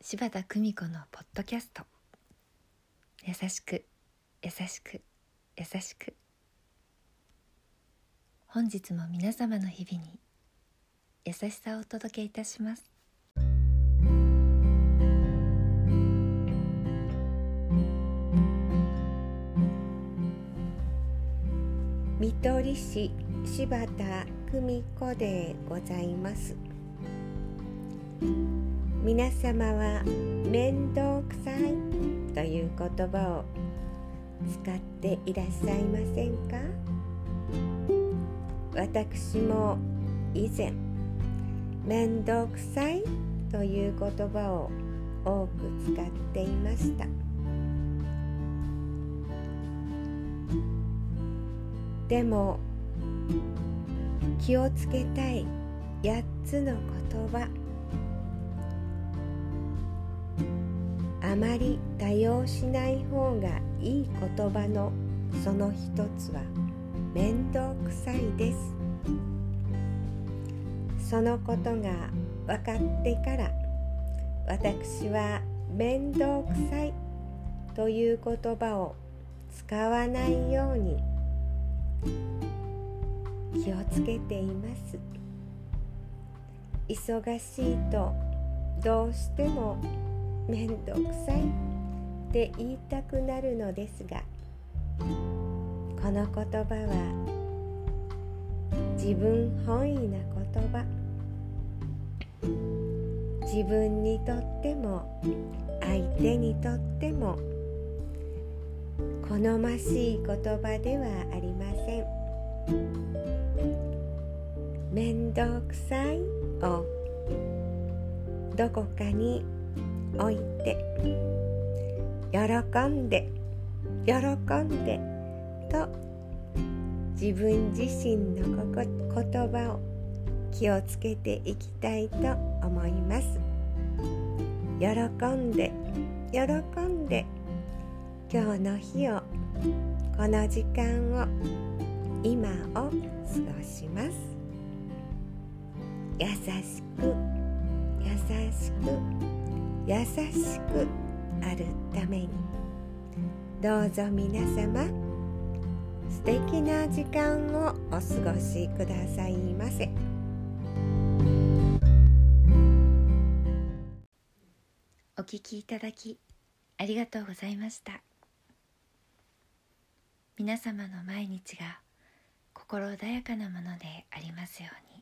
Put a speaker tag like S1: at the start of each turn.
S1: 柴田久美子のポッドキャスト。優しく優しく優しく。本日も皆様の日々に優しさをお届けいたします。
S2: 見取り師柴田久美子でございます。皆様は面倒くさいという言葉を使っていらっしゃいませんか？私も以前面倒くさいという言葉を多く使っていました。でも気をつけたい8つの言葉、あまり多用しない方がいい言葉のその一つは面倒くさいです。そのことが分かってから私は面倒くさいという言葉を使わないように気をつけています。忙しいとどうしてもめんどくさいって言いたくなるのですが、この言葉は自分本位な言葉、自分にとっても相手にとっても好ましい言葉ではありません。めんどくさいをどこかに置いて、喜んで喜んでと自分自身の言葉を気をつけていきたいと思います。喜んで喜んで今日の日を、この時間を、今を過ごします。優しく優しく優しくあるために、どうぞ皆様素敵な時間をお過ごしくださいませ。
S1: お聞きいただきありがとうございました。皆様の毎日が心穏やかなものでありますように。